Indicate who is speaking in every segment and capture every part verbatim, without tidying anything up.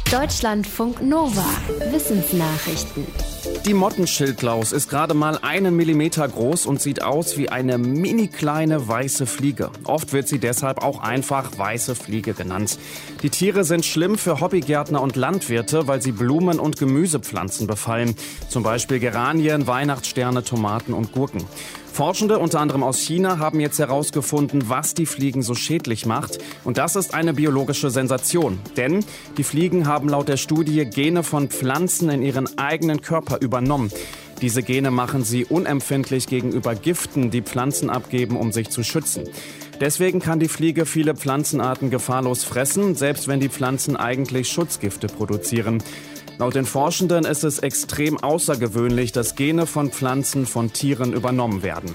Speaker 1: Deutschlandfunk Nova. Wissensnachrichten.
Speaker 2: Die Mottenschildlaus ist gerade mal einen Millimeter groß und sieht aus wie eine mini kleine weiße Fliege. Oft wird sie deshalb auch einfach weiße Fliege genannt. Die Tiere sind schlimm für Hobbygärtner und Landwirte, weil sie Blumen- und Gemüsepflanzen befallen. Zum Beispiel Geranien, Weihnachtssterne, Tomaten und Gurken. Forschende, unter anderem aus China, haben jetzt herausgefunden, was die Fliegen so schädlich macht. Und das ist eine biologische Sensation. Denn die Fliegen haben laut der Studie Gene von Pflanzen in ihren eigenen Körper übernommen. Diese Gene machen sie unempfindlich gegenüber Giften, die Pflanzen abgeben, um sich zu schützen. Deswegen kann die Fliege viele Pflanzenarten gefahrlos fressen, selbst wenn die Pflanzen eigentlich Schutzgifte produzieren. Laut den Forschenden ist es extrem außergewöhnlich, dass Gene von Pflanzen von Tieren übernommen werden.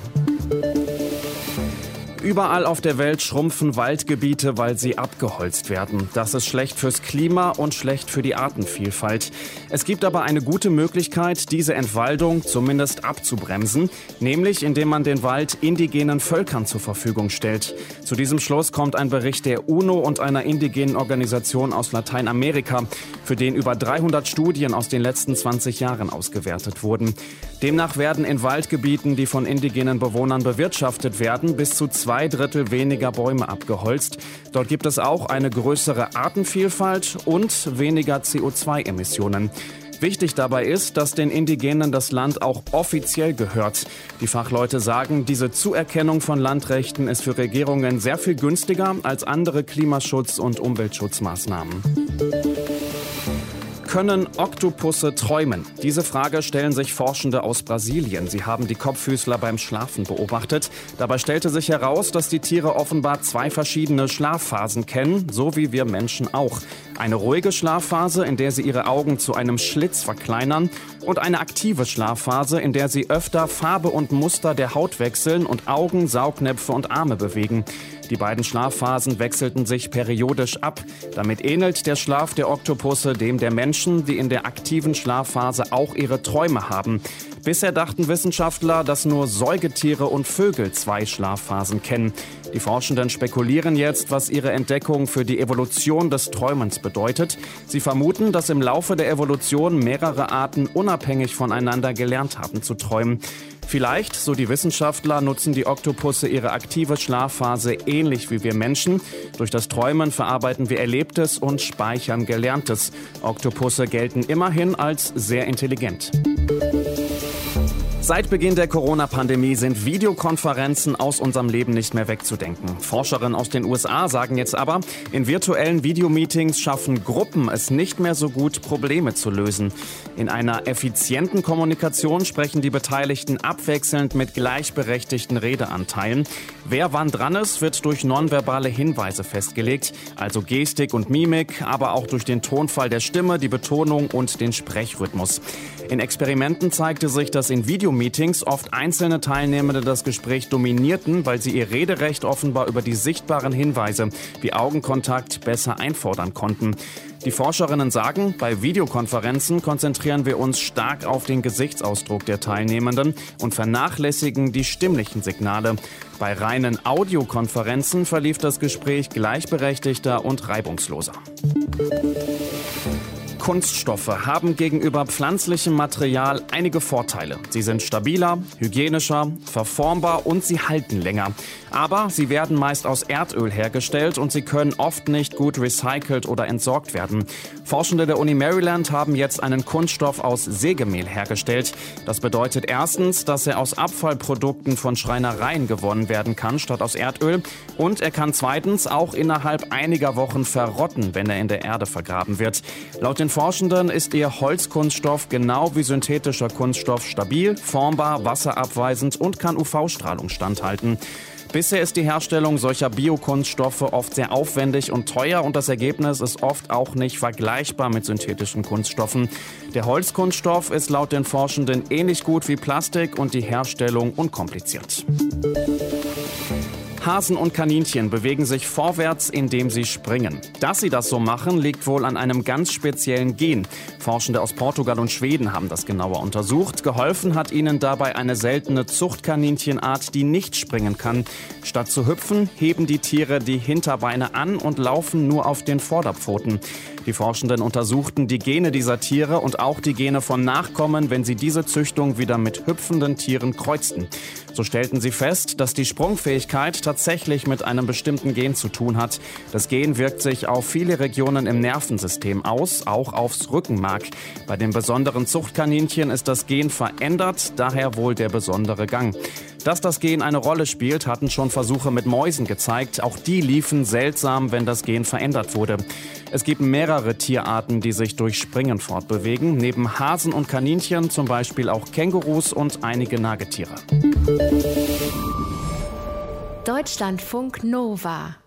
Speaker 2: Überall auf der Welt schrumpfen Waldgebiete, weil sie abgeholzt werden. Das ist schlecht fürs Klima und schlecht für die Artenvielfalt. Es gibt aber eine gute Möglichkeit, diese Entwaldung zumindest abzubremsen, nämlich indem man den Wald indigenen Völkern zur Verfügung stellt. Zu diesem Schluss kommt ein Bericht der UNO und einer indigenen Organisation aus Lateinamerika, für den über dreihundert Studien aus den letzten zwanzig Jahren ausgewertet wurden. Demnach werden in Waldgebieten, die von indigenen Bewohnern bewirtschaftet werden, bis zu zwei Drittel weniger Bäume abgeholzt. Dort gibt es auch eine größere Artenvielfalt und weniger C O zwei Emissionen. Wichtig dabei ist, dass den Indigenen das Land auch offiziell gehört. Die Fachleute sagen, diese Zuerkennung von Landrechten ist für Regierungen sehr viel günstiger als andere Klimaschutz- und Umweltschutzmaßnahmen. Können Oktopusse träumen? Diese Frage stellen sich Forschende aus Brasilien. Sie haben die Kopffüßler beim Schlafen beobachtet. Dabei stellte sich heraus, dass die Tiere offenbar zwei verschiedene Schlafphasen kennen, so wie wir Menschen auch. Eine ruhige Schlafphase, in der sie ihre Augen zu einem Schlitz verkleinern, und eine aktive Schlafphase, in der sie öfter Farbe und Muster der Haut wechseln und Augen, Saugnäpfe und Arme bewegen. Die beiden Schlafphasen wechselten sich periodisch ab. Damit ähnelt der Schlaf der Oktopusse dem der Menschen, die in der aktiven Schlafphase auch ihre Träume haben. Bisher dachten Wissenschaftler, dass nur Säugetiere und Vögel zwei Schlafphasen kennen. Die Forschenden spekulieren jetzt, was ihre Entdeckung für die Evolution des Träumens bedeutet. Sie vermuten, dass im Laufe der Evolution mehrere Arten unabhängig voneinander gelernt haben zu träumen. Vielleicht, so die Wissenschaftler, nutzen die Oktopusse ihre aktive Schlafphase ähnlich wie wir Menschen. Durch das Träumen verarbeiten wir Erlebtes und speichern Gelerntes. Oktopusse gelten immerhin als sehr intelligent. Seit Beginn der Corona-Pandemie sind Videokonferenzen aus unserem Leben nicht mehr wegzudenken. Forscherinnen aus den U S A sagen jetzt aber, in virtuellen Videomeetings schaffen Gruppen es nicht mehr so gut, Probleme zu lösen. In einer effizienten Kommunikation sprechen die Beteiligten abwechselnd mit gleichberechtigten Redeanteilen. Wer wann dran ist, wird durch nonverbale Hinweise festgelegt, also Gestik und Mimik, aber auch durch den Tonfall der Stimme, die Betonung und den Sprechrhythmus. In Experimenten zeigte sich, dass in Videomeetings oft einzelne Teilnehmende das Gespräch dominierten, weil sie ihr Rederecht offenbar über die sichtbaren Hinweise wie Augenkontakt besser einfordern konnten. Die Forscherinnen sagen, bei Videokonferenzen konzentrieren wir uns stark auf den Gesichtsausdruck der Teilnehmenden und vernachlässigen die stimmlichen Signale. Bei reinen Audiokonferenzen verlief das Gespräch gleichberechtigter und reibungsloser. Kunststoffe haben gegenüber pflanzlichem Material einige Vorteile. Sie sind stabiler, hygienischer, verformbar und sie halten länger. Aber sie werden meist aus Erdöl hergestellt und sie können oft nicht gut recycelt oder entsorgt werden. Forschende der Uni Maryland haben jetzt einen Kunststoff aus Sägemehl hergestellt. Das bedeutet erstens, dass er aus Abfallprodukten von Schreinereien gewonnen werden kann, statt aus Erdöl. Und er kann zweitens auch innerhalb einiger Wochen verrotten, wenn er in der Erde vergraben wird. Laut den Forschenden ist ihr Holzkunststoff genau wie synthetischer Kunststoff stabil, formbar, wasserabweisend und kann U V-Strahlung standhalten. Bisher ist die Herstellung solcher Biokunststoffe oft sehr aufwendig und teuer und das Ergebnis ist oft auch nicht vergleichbar mit synthetischen Kunststoffen. Der Holzkunststoff ist laut den Forschenden ähnlich gut wie Plastik und die Herstellung unkompliziert. Hasen und Kaninchen bewegen sich vorwärts, indem sie springen. Dass sie das so machen, liegt wohl an einem ganz speziellen Gen. Forschende aus Portugal und Schweden haben das genauer untersucht. Geholfen hat ihnen dabei eine seltene Zuchtkaninchenart, die nicht springen kann. Statt zu hüpfen, heben die Tiere die Hinterbeine an und laufen nur auf den Vorderpfoten. Die Forschenden untersuchten die Gene dieser Tiere und auch die Gene von Nachkommen, wenn sie diese Züchtung wieder mit hüpfenden Tieren kreuzten. So stellten sie fest, dass die Sprungfähigkeit tatsächlich mit einem bestimmten Gen zu tun hat. Das Gen wirkt sich auf viele Regionen im Nervensystem aus, auch aufs Rückenmark. Bei den besonderen Zuchtkaninchen ist das Gen verändert, daher wohl der besondere Gang. Dass das Gen eine Rolle spielt, hatten schon Versuche mit Mäusen gezeigt. Auch die liefen seltsam, wenn das Gen verändert wurde. Es gibt mehrere Tierarten, die sich durch Springen fortbewegen. Neben Hasen und Kaninchen zum Beispiel auch Kängurus und einige Nagetiere.
Speaker 1: Deutschlandfunk Nova